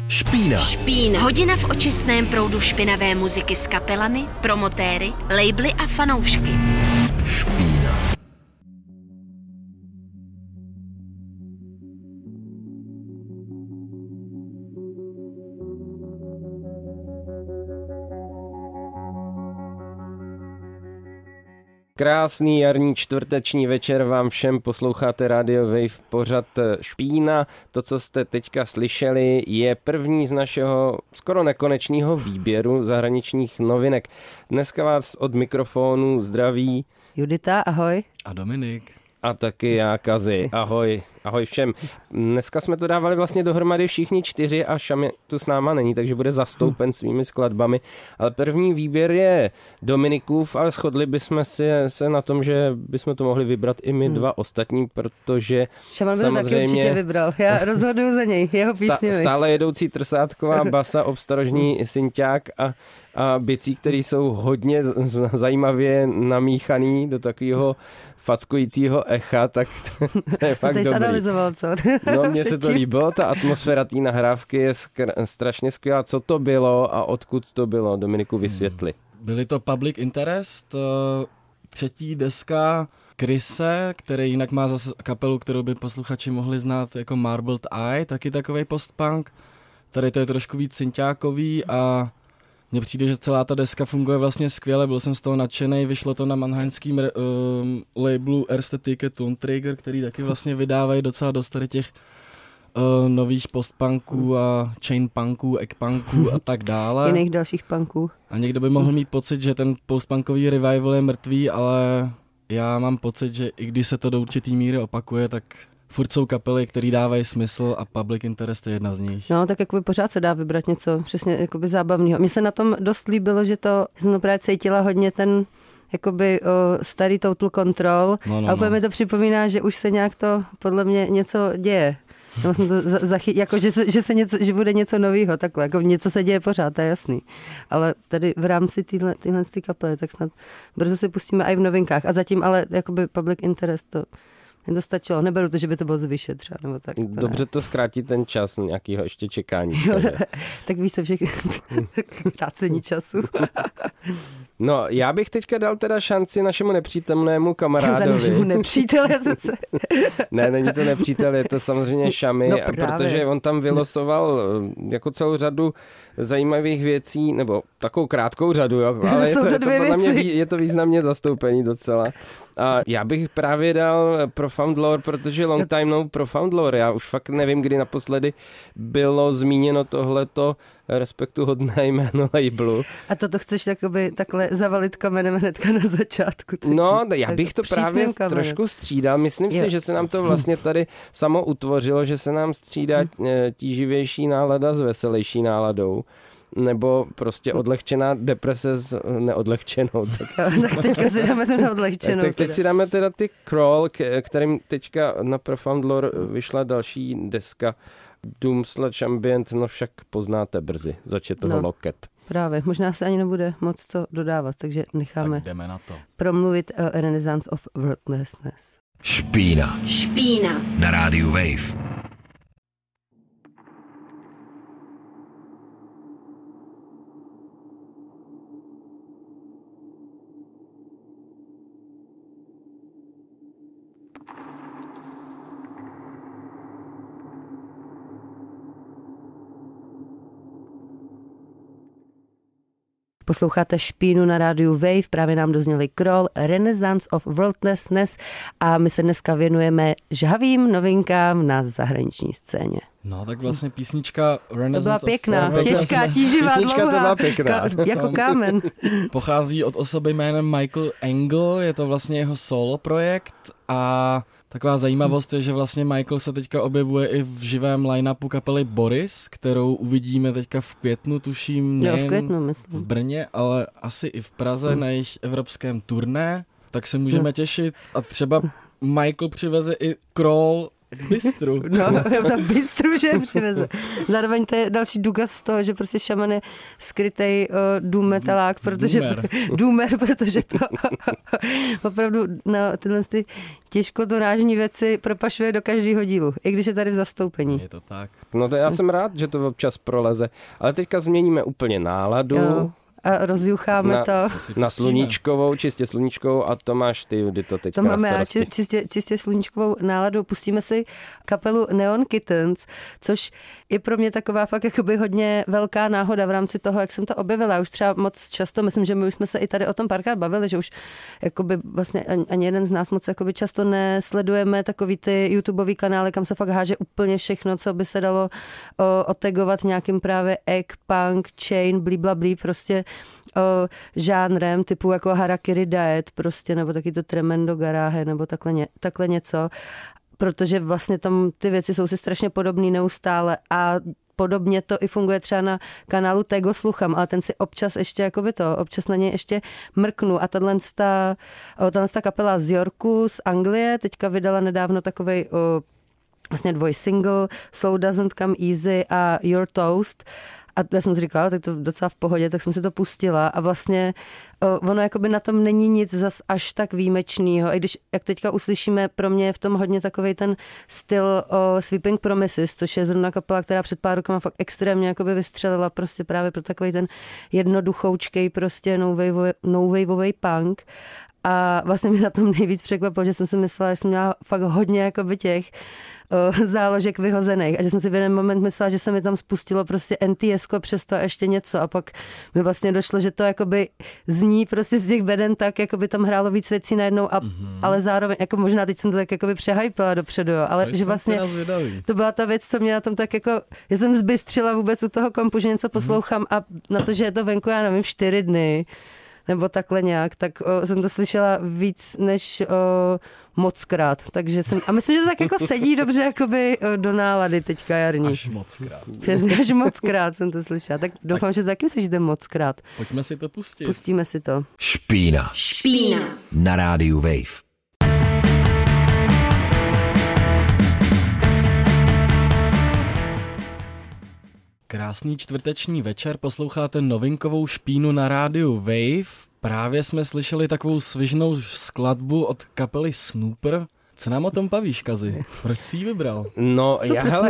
Špína. Špína. Hodina v očistném proudu špinavé muziky s kapelami, promotéry, labely a fanoušky. Špína. Krásný jarní čtvrteční večer vám všem, posloucháte Radio Wave, pořad Špína. To, co jste teďka slyšeli, je první z našeho skoro nekonečného výběru zahraničních novinek. Dneska vás od mikrofonu zdraví Judita, ahoj. A Dominik. A taky já, Kazi. Ahoj. Ahoj všem. Dneska jsme to dávali vlastně dohromady všichni čtyři a Šami tu s náma není, takže bude zastoupen svými skladbami. Ale první výběr je Dominikův, ale shodli bychom se na tom, že bychom to mohli vybrat i my dva ostatní, protože Šaman by taky určitě vybral. Já rozhoduju za něj, jeho písněmi. Stále jedoucí trsátková basa, obstarožní synťák a bicí, které jsou hodně zajímavě namíchaný do takového fackujícího echa, tak to je fakt dobrý. Analyzoval, co? No, mně se to líbilo, ta atmosféra té nahrávky je strašně skvělá. Co to bylo a odkud to bylo? Dominiku, vysvětli. Byly to Public Interest, třetí deska Krise, který jinak má zase kapelu, kterou by posluchači mohli znát jako Marbled Eye, taky takovej postpunk. Tady to je trošku víc synťákový a mně přijde, že celá ta deska funguje vlastně skvěle, byl jsem z toho nadšenej, vyšlo to na mannheimském labelu Erste Ticket Toontrigger, který taky vlastně vydávají docela dost tady těch nových postpunků a chainpunků, eggpunků a tak dále. Jiných dalších punků. A někdo by mohl mít pocit, že ten postpunkový revival je mrtvý, ale já mám pocit, že i když se to do určitý míry opakuje, tak furt jsou kapely, které dávají smysl a Public Interest je jedna z nich. No, tak jakoby pořád se dá vybrat něco přesně jakoby zábavného. Mně se na tom dost líbilo, že jsem právě cítila hodně ten jakoby starý Total Control a úplně mi to připomíná, že už se nějak to podle mě něco děje. Nebo jsem to jako, že bude něco nového, takhle, jako něco se děje pořád, to je jasný. Ale tady v rámci tyhle kapely, tak snad brzo si pustíme i v novinkách. A zatím ale jakoby Public Interest to to stačilo, neberu to, že by to bylo zvyše třeba, nebo tak. Dobře, to zkrátí ten čas nějakého ještě čekání. Tak víš co, všechny krácení času. No, já bych teďka dal teda šanci našemu nepřítomnému kamarádovi. Za našemu nepřítele zase. Ne, není to nepřítel, je to samozřejmě Šami, no protože on tam vylosoval jako celou řadu zajímavých věcí, nebo takovou krátkou řadu, jo, ale je to významně zastoupení docela. A já bych právě dal Profound Lore, protože Long Time No Profound Lore. Já už fakt nevím, kdy naposledy bylo zmíněno tohleto respektuhodné jméno labelu. A to chceš takhle zavalit kamenem hnedka na začátku? No, já bych to právě trošku střídal. Myslím si, že se nám to vlastně tady samo utvořilo, že se nám střídá tíživější nálada s veselější náladou. Nebo prostě odlehčená deprese s neodlehčenou. Tak teďka si dáme to neodlehčenou. Tak teď si dáme teda ty Crawl, kterým teďka na Profound Lore vyšla další deska Doom Sludge Ambient, no však poznáte brzy, začetl Loket. Právě, možná se ani nebude moc co dodávat, takže necháme na to. Promluvit o Renaissance of Worthlessness. Špína. Špína. Na rádiu Wave. Posloucháte Špínu na rádiu Wave, právě nám dozněli Crawl, Renaissance of Worthlessness a my se dneska věnujeme žhavým novinkám na zahraniční scéně. No tak vlastně písnička Renaissance to byla pěkná, těžká, tíživá, písnička dlouhá, to byla pěkná. Jako kámen. Pochází od osoby jménem Michael Engel, je to vlastně jeho solo projekt a taková zajímavost je, že vlastně Michael se teďka objevuje i v živém line-upu kapely Boris, kterou uvidíme teďka v květnu, tuším, nejen v Brně, ale asi i v Praze na jejich evropském turné, tak se můžeme těšit a třeba Michael přiveze i Crawl V bistru. No, v bistru, že je přiveze. Zároveň to je další důkaz z toho, že prostě šaman je skrytej doom metalák, protože to opravdu tyhle těžko dorážní věci propašuje do každého dílu, i když je tady v zastoupení. Je to tak. No to já jsem rád, že to občas proleze, ale teďka změníme úplně náladu. Jo. A rozjucháme to. Na sluníčkovou, čistě sluníčkovou a to máš ty, kdy to teďka to máme čistě sluníčkovou náladu. Pustíme si kapelu Neon Kittens, což je pro mě taková fakt jakoby hodně velká náhoda v rámci toho, jak jsem to objevila. Už třeba moc často, myslím, že my už jsme se i tady o tom párkrát bavili, že už jakoby vlastně ani jeden z nás moc jakoby často nesledujeme takový ty YouTubeový kanály, kam se fakt háže úplně všechno, co by se dalo otagovat nějakým právě egg, punk, chain, blí, prostě žánrem typu jako Harakiri Diet prostě, nebo taky to Tremendo Garage, nebo takhle něco, protože vlastně tam ty věci jsou si strašně podobný neustále a podobně to i funguje třeba na kanálu Tego Slucham, ale ten si občas na něj ještě mrknu a tahle kapela z Yorku, z Anglie, teďka vydala nedávno takovej vlastně dvojsingle Soul Doesn't Come Easy a Your Toast. A já jsem si říkala, tak to docela v pohodě, tak jsem si to pustila a vlastně ono jakoby na tom není nic zas až tak výjimečného. I když, jak teďka uslyšíme, pro mě je v tom hodně takovej ten styl Sweeping Promises, což je zrovna kapela, která před pár rokama fakt extrémně jakoby vystřelila prostě právě pro takovej ten jednoduchoučkej prostě no-waveovej punk. A vlastně mě na tom nejvíc překvapilo, že jsem si myslela, že jsem měla fakt hodně jakoby těch záložek vyhozených a že jsem si v jeden moment myslela, že se mi tam spustilo prostě NTS-ko přesto a ještě něco a pak mi vlastně došlo, že to jakoby zní prostě z těch beden tak, jakoby tam hrálo víc věcí najednou, ale zároveň, jako možná teď jsem to tak jakoby přehypila dopředu, ale tak že vlastně to byla ta věc, co mě na tom tak jako, že jsem zbystřila vůbec u toho kompu, že něco poslouchám a na to, že je to venku, já nevím, 4 dny, nebo takhle nějak, tak jsem to slyšela víc než mockrát, takže a myslím, že to tak jako sedí dobře jakoby do nálady teďka jarní. Až mockrát. Přesně, až mockrát jsem to slyšela, tak doufám, že to taky slyšíte mockrát. Pojďme si to pustit. Pustíme si to. Špína. Na rádiu Wave. Krásný čtvrteční večer, posloucháte novinkovou Špínu na rádiu Wave. Právě jsme slyšeli takovou svižnou skladbu od kapely Snooper. Co nám o tom pavíš, Kazi? Proč jsi ji vybral? No,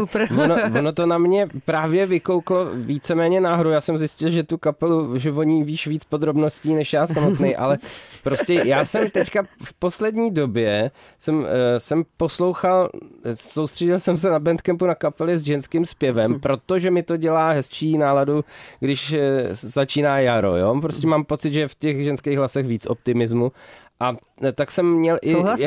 ono to na mě právě vykouklo víceméně náhodou. Já jsem zjistil, že tu kapelu, že o ní víš víc podrobností než já samotný, ale prostě já jsem teďka v poslední době jsem poslouchal, soustředil jsem se na Bandcampu na kapely s ženským zpěvem, protože mi to dělá hezčí náladu, když začíná jaro, jo? Prostě mám pocit, že v těch ženských hlasech víc optimismu. A tak jsem měl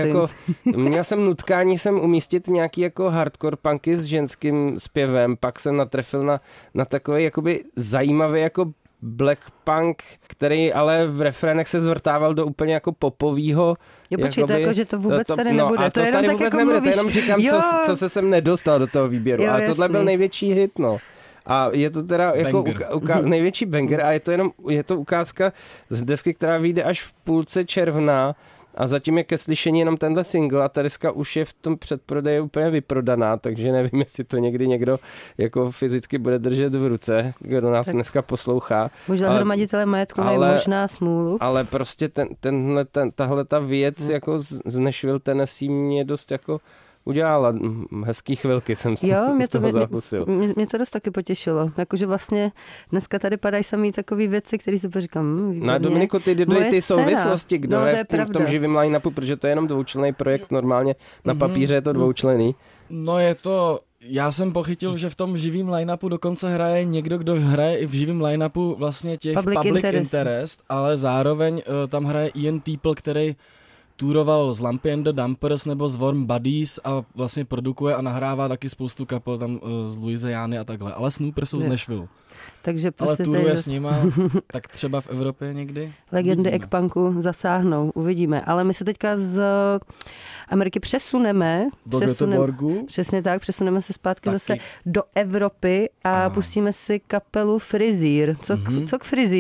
měl jsem nutkání umístit nějaký jako hardcore punky s ženským zpěvem, pak jsem natrefil na takový jakoby zajímavý jako black punk, který ale v refrénech se zvrtával do úplně jako popovýho. Jo, počkej, to jako, že to vůbec tady nebude. A to jenom tady tak vůbec jako nebude, mluvíš. to jenom říkám, co se sem nedostal do toho výběru. Jo, ale tohle byl největší hit, no. A je to teda jako největší banger a je to ukázka z desky, která vyjde až v půlce června. A zatím je ke slyšení jenom tenhle single a ta deska už je v tom předprodeji úplně vyprodaná, takže nevím, jestli to někdy někdo jako fyzicky bude držet v ruce, kdo nás dneska poslouchá. Možná hromaditelé majetku mají možná smůlu. Ale prostě tahle ta věc jako z Nashville, Tennessee mě dost jako udělala hezký chvilky, jsem si toho zakusil. Mě to dost taky potěšilo. Jakože vlastně dneska tady padají samý takový věci, které si říkám, výborně. No a Dominiku, ty dodej ty souvislosti, kdo je v tom živým line-upu, protože to je jenom dvoučlenný projekt, normálně na papíře je to dvoučlenný. No je to, já jsem pochytil, že v tom živým line-upu dokonce hraje někdo, kdo hraje i v živým line-upu vlastně těch public interest, ale zároveň tam hraje Ian Teeple, který turoval z Lumpy and the Dumpers nebo z Warm Buddies a vlastně produkuje a nahrává taky spoustu kapel tam z Louisiany a takhle. Ale Snooper jsou z Nashville. Takže prostě ale turuje s nima, tak třeba v Evropě někdy. Legendy eggpunku zasáhnou, uvidíme. Ale my se teďka z Ameriky přesuneme. Do Göteborgu. Přesně tak, přesuneme se zpátky zase do Evropy a pustíme si kapelu Frizír. Co k Frizíru?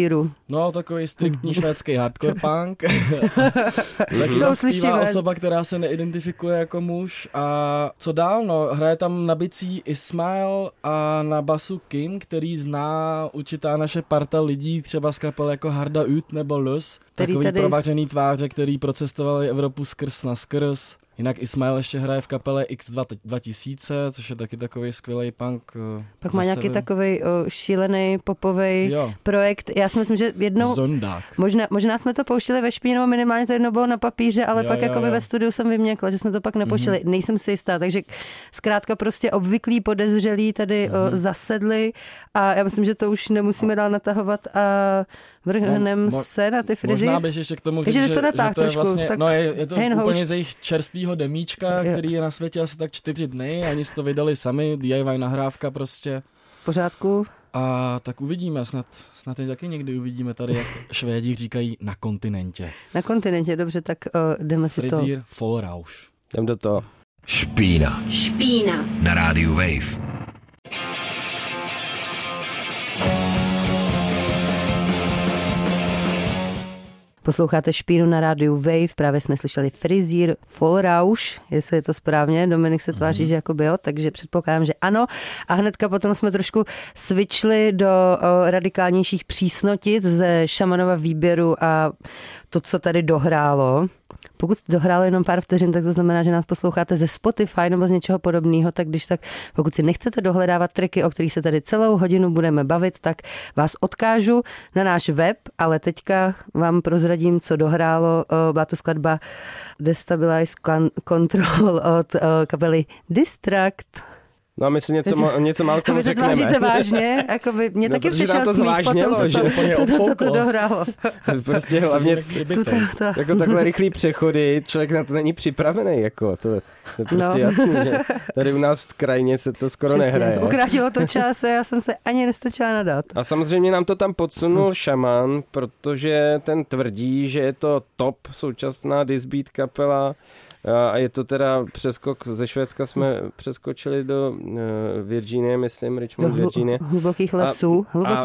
No, takový striktní švédský hardcore punk. Taky tam zpívá osoba, která se neidentifikuje jako muž. A co dál? No, hraje tam na bicí Ismail a na basu Kim, který zná určitá naše parta lidí, třeba z kapel jako Harda Ut nebo Lus. Takový tady provařený tváře, který procestovali Evropu skrz na skrz. Jinak Ismail ještě hraje v kapele X2000, což je taky takový skvělý punk. Pak má nějaký takový šílený popový projekt. Já si myslím, že jednou... Zondák. Možná jsme to pouštěli ve Špínu, minimálně to jedno bylo na papíře, ale pak jakoby ve studiu jsem vyměkla, že jsme to pak nepouštěli. Nejsem si jistá, takže zkrátka prostě obvyklí podezřelí tady zasedli a já myslím, že to už nemusíme dál natahovat a vrhneme se na ty frizy. Možná běž ještě k tomu, že to je vlastně, je to úplně z jejich čerstvýho demíčka, který je na světě asi tak 4 dny, oni si to vydali sami, DIY nahrávka prostě. V pořádku. A tak uvidíme, snad taky někdy uvidíme tady, jak Švédi říkají, na kontinentě. Na kontinentě, dobře, tak jdeme si to. Frizír Vollrausch. Jdem do toho. Špína. Na rádiu Wave. Posloucháte Špínu na rádiu Wave, právě jsme slyšeli Frizír Vollrausch, jestli je to správně, Dominik se tváří, že jakoby jo, takže předpokládám, že ano. A hnedka potom jsme trošku switchli do radikálnějších přísnotic ze Šamanova výběru a to, co tady dohrálo. Pokud dohrálo jenom pár vteřin, tak to znamená, že nás posloucháte ze Spotify nebo z něčeho podobného, tak když tak, pokud si nechcete dohledávat tracky, o kterých se tady celou hodinu budeme bavit, tak vás odkážu na náš web, ale teďka vám prozradím, co dohrálo. Byla to skladba Destabilize Control od kapely Distract. No a my si něco málo k tomu řekneme. Vy to tváříte vážně, jakoby mě taky přišel smích potom, co to dohrálo. Prostě hlavně jako takhle rychlý přechody, člověk na to není připravený, jako to je prostě jasný, že tady u nás v krajině se to skoro nehraje. Ukrátilo to čas a já jsem se ani nestačila nadat. A samozřejmě nám to tam podsunul Šaman, protože ten tvrdí, že je to top současná disbeat kapela. A je to teda přeskok, ze Švédska jsme přeskočili do Virginie, myslím, Richmond, Virginie. Hlubokých lesů.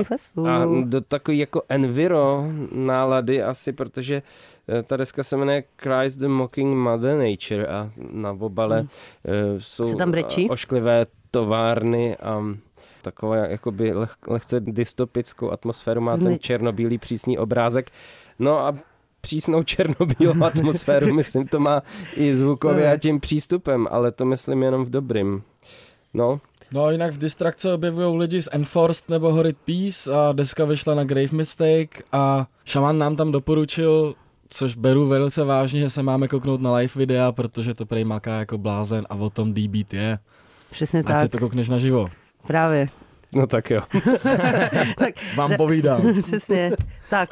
A do takový jako enviro nálady asi, protože ta deska se jmenuje Christ the Mocking Mother Nature a na obale jsou ošklivé továrny a taková jakoby lehce dystopickou atmosféru, má ten černobílý přísný obrázek. No a přísnou černobílou atmosféru, myslím, to má i zvukově a tím přístupem, ale to myslím jenom v dobrým. No jinak v Distract se objevují lidi z Enforced nebo Horrid Peace a deska vyšla na Grave Mistake a Šaman nám tam doporučil, což beru velice vážně, že se máme kouknout na live videa, protože to prej maká jako blázen a o tom D-Beat je. Přesně tak. Ať si to koukneš naživo. Právě. No tak jo. Tak, vám povídám. Přesně, tak.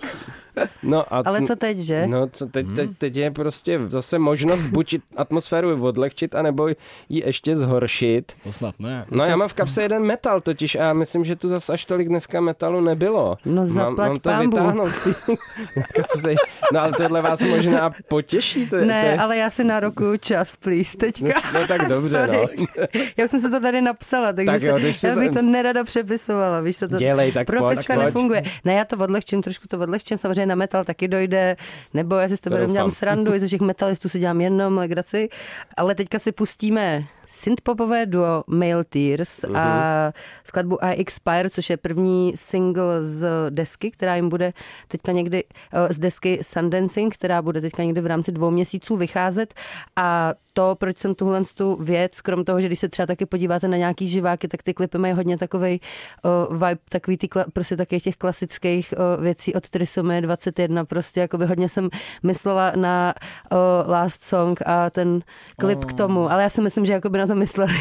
No ale co teď, že? No co teď je prostě zase možnost buď atmosféru odlehčit, anebo ji ještě zhoršit. To snad ne. No já mám v kapse jeden metal totiž a já myslím, že tu zase až tolik dneska metalu nebylo. No zaplať mám to pambu. Vytáhnout z té kapsy. No ale tohle vás možná potěší. Ne, ale já si nárokuju čas, please, teďka. No tak dobře, no. Já už jsem se to tady napsala, takže já bych to nerada přepisovala, víš, to dělej, tak propiska nefunguje. Ne, já to trošku to odlehčím, samozřejmě na metal taky dojde, nebo já si s tebe dělám srandu, ze všech metalistů si dělám jenom legraci, ale teďka si pustíme synthpopové duo Male Tears a skladbu I Expire, což je první single z desky, která jim bude teďka někdy, z desky Sundancing, která bude teďka někdy v rámci 2 měsíců vycházet a to, proč jsem tuhle věc, krom toho, že když se třeba taky podíváte na nějaký živáky, tak ty klipy mají hodně takovej vibe, takový ty prostě takových těch klasických věcí od Trisomie 21, prostě jakoby hodně jsem myslela na Last Song a ten klip k tomu, ale já si myslím, že jakoby na to mysleli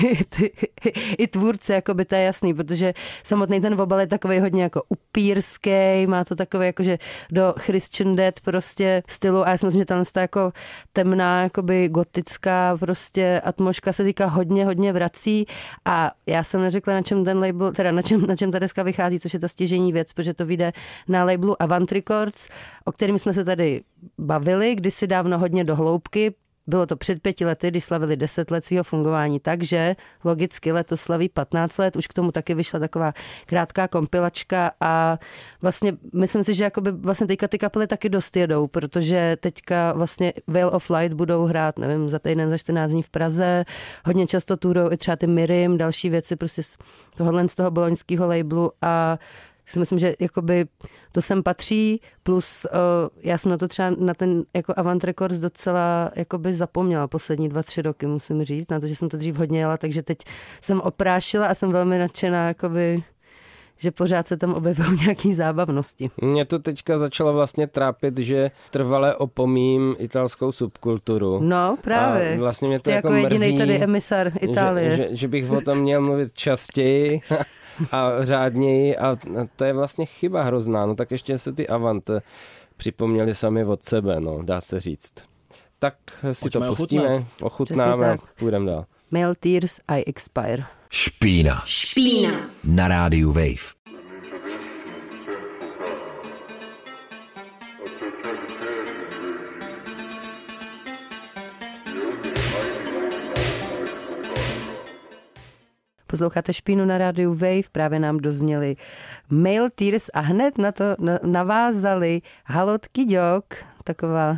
i tvůrci, jakoby to je jasný, protože samotný ten obal je takovej hodně jako upírský, má to takové jakože do Christian Death prostě stylu a já si myslím, že tam je jako temná, jakoby gotická prostě atmosféra se týká hodně vrací a já jsem neřekla, na čem ten label, teda na čem ta deska vychází, což je ta stěžejní věc, protože to vyjde na labelu Avant Records, o kterým jsme se tady bavili kdysi dávno hodně do hloubky, bylo to před 5 lety, kdy slavili 10 let svého fungování, takže logicky letos slaví 15 let, už k tomu taky vyšla taková krátká kompilačka a vlastně myslím si, že jakoby vlastně teďka ty kapely taky dost jedou, protože teďka vlastně Veil of Light budou hrát, nevím, za týden, za 14 dní v Praze, hodně často turou i třeba ty Mirim, další věci prostě z toho boloňského labelu a si myslím, že jakoby to sem patří, plus já jsem na to třeba na ten jako Avant Records docela jakoby zapomněla poslední 2-3 roky, musím říct, na to, že jsem to dřív hodně jela, takže teď jsem oprášila a jsem velmi nadšená, jakoby, že pořád se tam objevují nějaký zábavnosti. Mě to teďka začalo vlastně trápit, že trvale opomím italskou subkulturu. No, právě. A vlastně mě to ty jako jedinej tady emisar Itálie. Že bych o tom měl mluvit častěji a řádněji a to je vlastně chyba hrozná. No tak ještě se ty Avant připomněli sami od sebe, no, dá se říct. Tak si to pustíme, ochutnáme a půjdeme dál. Male Tears I Expire. Špína. Na rádiu Wave. Posloucháte Špínu na rádiu Wave, právě nám dozněli Male Tears a hned na to navázali Halot Kiďok, taková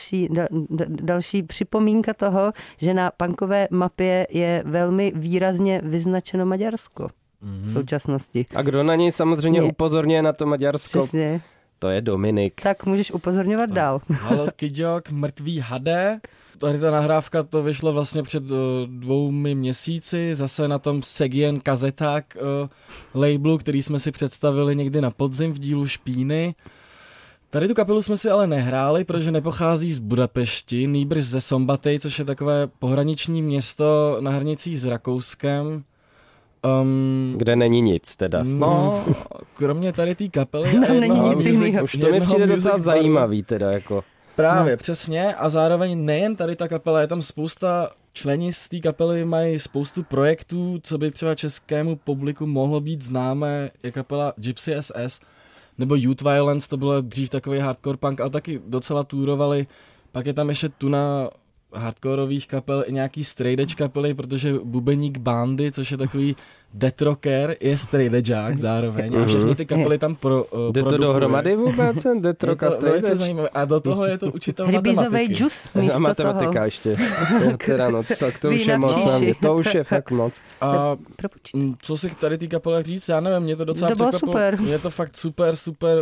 další připomínka toho, že na punkové mapě je velmi výrazně vyznačeno Maďarsko v současnosti. A kdo na něj samozřejmě upozorňuje na to Maďarsko? Přesně. To je Dominik. Tak můžeš upozorňovat dál. Halot Kiďok, Mrtvý hade. Tady ta nahrávka to vyšlo vlastně před 2 měsíci, zase na tom Segien kazeták labelu, který jsme si představili někdy na podzim v dílu Špíny. Tady tu kapelu jsme si ale nehráli, protože nepochází z Budapešti, nýbrž ze Szombathely, což je takové pohraniční město na hranicích s Rakouskem. Kde není nic teda. No, kromě tady té kapely. Není nic jiného. Už to mi přijde docela zajímavý teda jako. Právě, přesně. A zároveň nejen tady ta kapela, je tam spousta členi z té kapely, mají spoustu projektů, co by třeba českému publiku mohlo být známé, je kapela Gypsy SS, nebo Youth Violence, to bylo dřív takový hardcore punk, ale taky docela tourovali. Pak je tam ještě tuna hardcoreových kapel i nějaký straight edge kapely, protože bubeník Bandy, což je takový death rocker, je straight edgeák zároveň a všechny ty kapely tam jde to dohromady vůbec, death rock a straight edge? Zajímavé. A do toho je to učitel matematiky. Rybízovej džus místo a matematika toho. Ještě. Teda no, tak to už je moc na mě. To už je fakt moc. A co si tady ty kapele říct, já nevím, mě to docela překvapilo. Je to fakt super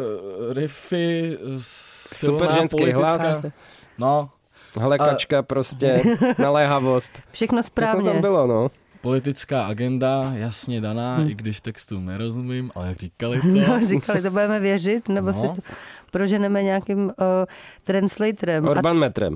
riffy, super ženský hlas. No. Halekačka prostě, naléhavost. Všechno správně. Jako tam bylo, no. Politická agenda, jasně daná, i když textu nerozumím, ale jak říkali to. No, říkali, to budeme věřit, nebo si to proženeme nějakým translatorem. Orban metrem.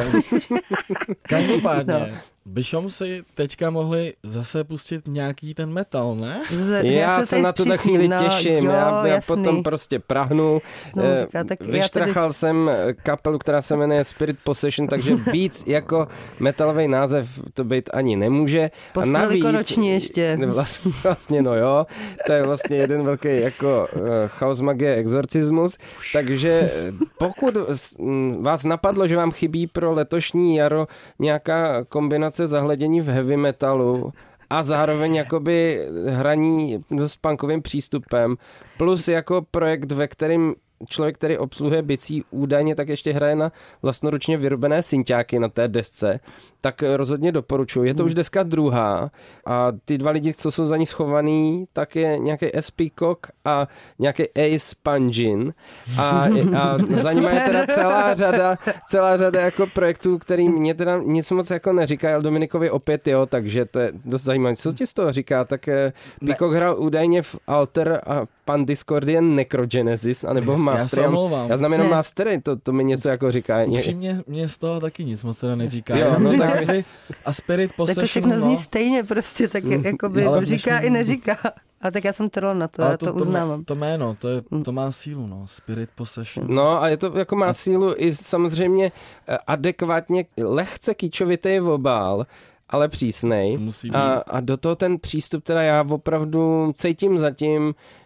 Každopádně, bychom si teďka mohli zase pustit nějaký ten metal, ne? Já se na to za chvíli těším, já potom prostě prahnu. Vyštrachal jsem kapelu, která se jmenuje Spirit Possession, takže víc jako metalový název to být ani nemůže. Velikonoční ještě. Vlastně no jo, to je vlastně jeden velký jako chaos magie exorcismus, takže pokud vás napadlo, že vám chybí pro letošní jaro nějaká kombinace zahledění v heavy metalu a zároveň jakoby hraní s punkovým přístupem, plus jako projekt, ve kterým člověk, který obsluhuje bicí údajně, tak ještě hraje na vlastnoručně vyrobené synťáky na té desce, tak rozhodně doporučuji. Je to už deska druhá a ty 2 lidi, co jsou za ní schovaný, tak je nějaký S. Peacock a nějaký Ace Pungin a za nimi je teda celá řada jako projektů, který mě teda nic moc jako neříká, ale Dominikovi opět jo, takže to je dost zajímavé. Co ti z toho říká? Tak Peacock hrál údajně v Alter a pan Discordian Necrogenesis, anebo Master. Já znám jenom Mastery, to mi něco jako říká. Upřímně mě z toho taky nic moc teda neříká. Jo, no tak a Spirit Possession. Tak to všechno zní stejně prostě, tak jakoby říká i neříká. Ale tak já jsem trval na to, já to uznávám. To jméno, to má sílu, no, Spirit Possession. No a je to jako má sílu i samozřejmě adekvátně lehce kýčovitý obal, ale přísnej. A do toho ten přístup teda já opravdu cítím zatím,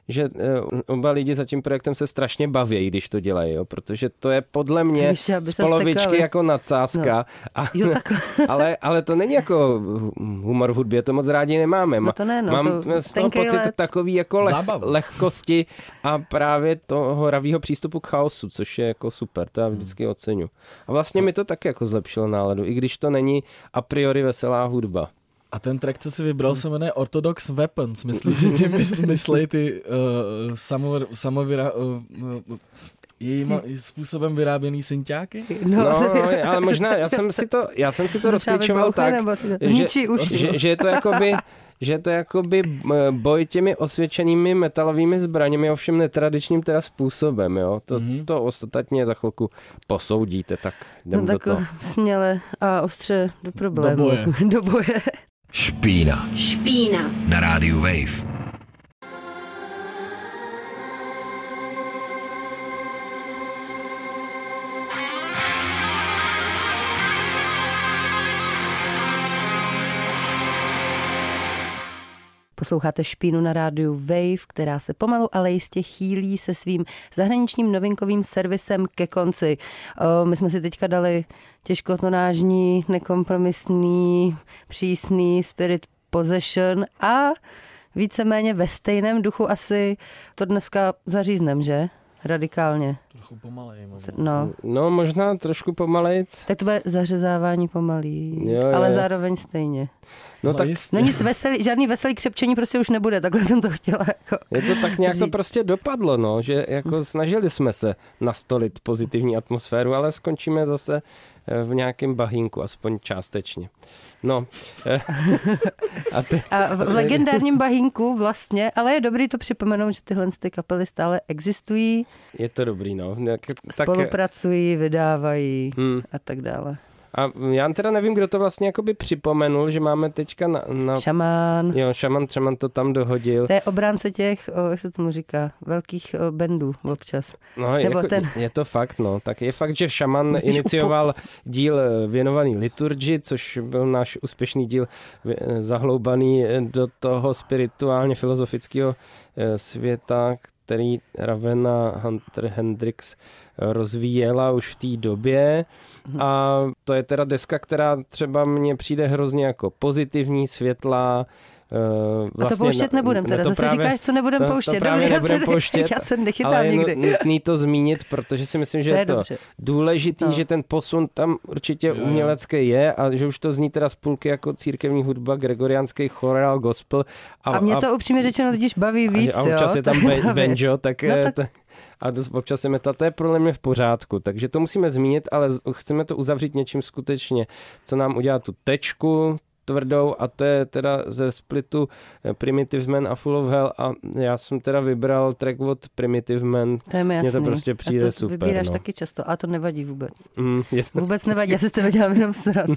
že oba lidi za tím projektem se strašně baví, když to dělají, jo, protože to je podle mě z polovičky jako nadsázka. No. Ale to není jako humor v hudbě, to moc rádi nemáme. No to ne, no, mám z toho pocit takový jako lehkosti a právě toho ravýho přístupu k chaosu, což je jako super, to já vždycky oceňuji. A vlastně mi to taky jako zlepšilo náladu, i když to není a priori veselá hudba. A ten track, co jsi vybral, se jmenuje Orthodox Weapons. Myslíš, že tím myslí ty jejím způsobem vyráběný synťáky? No, ale možná, já jsem si to rozklíčoval tak, že je to jakoby... že je to jakoby boj těmi osvědčenými metalovými zbraněmi, ovšem netradičním teda způsobem, jo. To ostatně za chvilku posoudíte, tak jdem do toho. Směle a ostře do problému. Do boje. Špína. Na rádiu Wave. Posloucháte Špínu na rádiu Wave, která se pomalu, ale jistě chýlí se svým zahraničním novinkovým servisem ke konci. My jsme si teďka dali těžkotonážní, nekompromisní, přísný Spirit Possession a víceméně ve stejném duchu asi to dneska zaříznem, že? Radikálně. Trochu pomalej. No, možná trošku pomalejc. Tak to bude zařezávání pomalý, ale zároveň stejně. No tak nic žádný veselý křepčení prostě už nebude, takhle jsem to chtěla jako je to tak nějak říct. To prostě dopadlo, no, že jako snažili jsme se nastolit pozitivní atmosféru, ale skončíme zase v nějakém bahínku, aspoň částečně. No. A v legendárním bahínku vlastně, ale je dobrý to připomenout, že tyhle kapely stále existují. Je to dobrý, no. Spolupracují, vydávají a tak dále. A já teda nevím, kdo to vlastně jakoby připomenul, že máme teďka na... Šamán. Jo, Šaman to tam dohodil. To je obránce těch, jak se tomu říká, velkých bandů občas. No, jako, je to fakt, no. Tak je fakt, že Šaman inicioval díl věnovaný liturgii, což byl náš úspěšný díl zahloubaný do toho spirituálně filozofického světa, který Ravenna Hunter Hendrix rozvíjela už v té době. A to je teda deska, která třeba mně přijde hrozně jako pozitivní, světlá. Vlastně a to pouštět nebudem teda, zase právě, říkáš, co nebudem pouštět. To právě nebudem pouštět, já se nechytám nikdy. Ale je nutný to zmínit, protože si myslím, že je to důležitý, že ten posun tam určitě umělecký je a že už to zní teda z půlky jako církevní hudba, gregoriánský chorál, gospel. A mě to upřímně řečeno totiž baví víc, a občas je tam banjo, tak... A občas je metal, to je pro mě v pořádku, takže to musíme zmínit, ale chceme to uzavřít něčím skutečně, co nám udělá tu tečku tvrdou a to je teda ze splitu Primitive Man a Full of Hell a já jsem teda vybral track od Primitive Man. To je mi jasný. Mně to prostě přijde to super. Vybíráš taky často a to nevadí vůbec. Vůbec nevadí, já si s tebe dělám jenom srandu.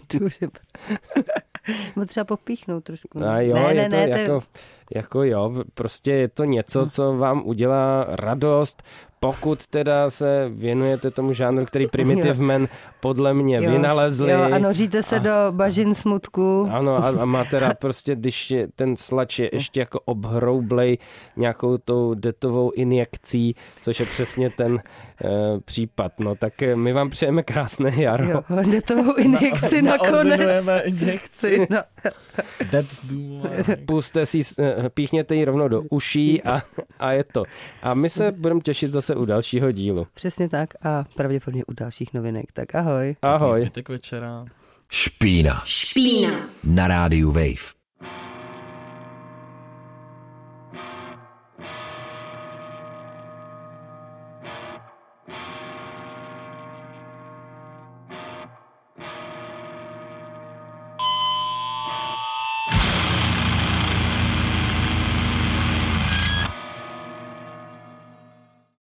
Bo třeba popíchnout trošku. A jo, jako jo, prostě je to něco, co vám udělá radost, pokud teda se věnujete tomu žánru, který Primitive Man podle mě vynalezli. Jo, a noříte se do bažin smutku. Ano, a má teda prostě, když je ten slač je ještě jako obhroublej nějakou tou detovou injekcí, což je přesně ten případ. No tak my vám přejeme krásné jaro. Jo, detovou injekci nakonec. Injekci. No. Puste si, píchněte ji rovnou do uší a je to. A my se budeme těšit zase u dalšího dílu. Přesně tak a pravděpodobně u dalších novinek. Tak ahoj. Ahoj. Zbytek večera. Špína. Na rádiu Wave.